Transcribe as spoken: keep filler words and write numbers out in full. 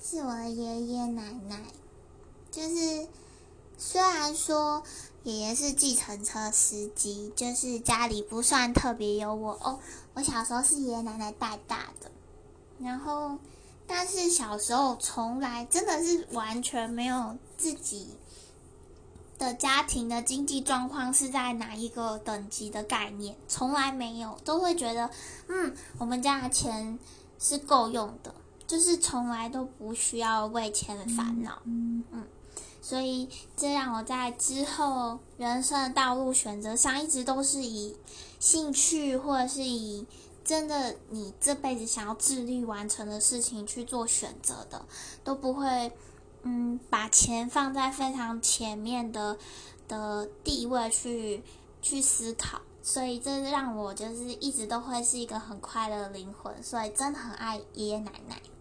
是我的爷爷奶奶。就是虽然说爷爷是计程车司机，就是家里不算特别有我哦。我小时候是爷爷奶奶带大的，然后但是小时候从来真的是完全没有自己的家庭的经济状况是在哪一个等级的概念，从来没有，都会觉得嗯，我们家的钱是够用的，就是从来都不需要为钱烦恼。嗯，所以这让我在之后人生的道路选择上一直都是以兴趣或者是以真的你这辈子想要致力完成的事情去做选择的，都不会嗯把钱放在非常前面的的地位去去思考。所以这让我就是一直都会是一个很快乐的灵魂，所以真的很爱爷爷奶奶。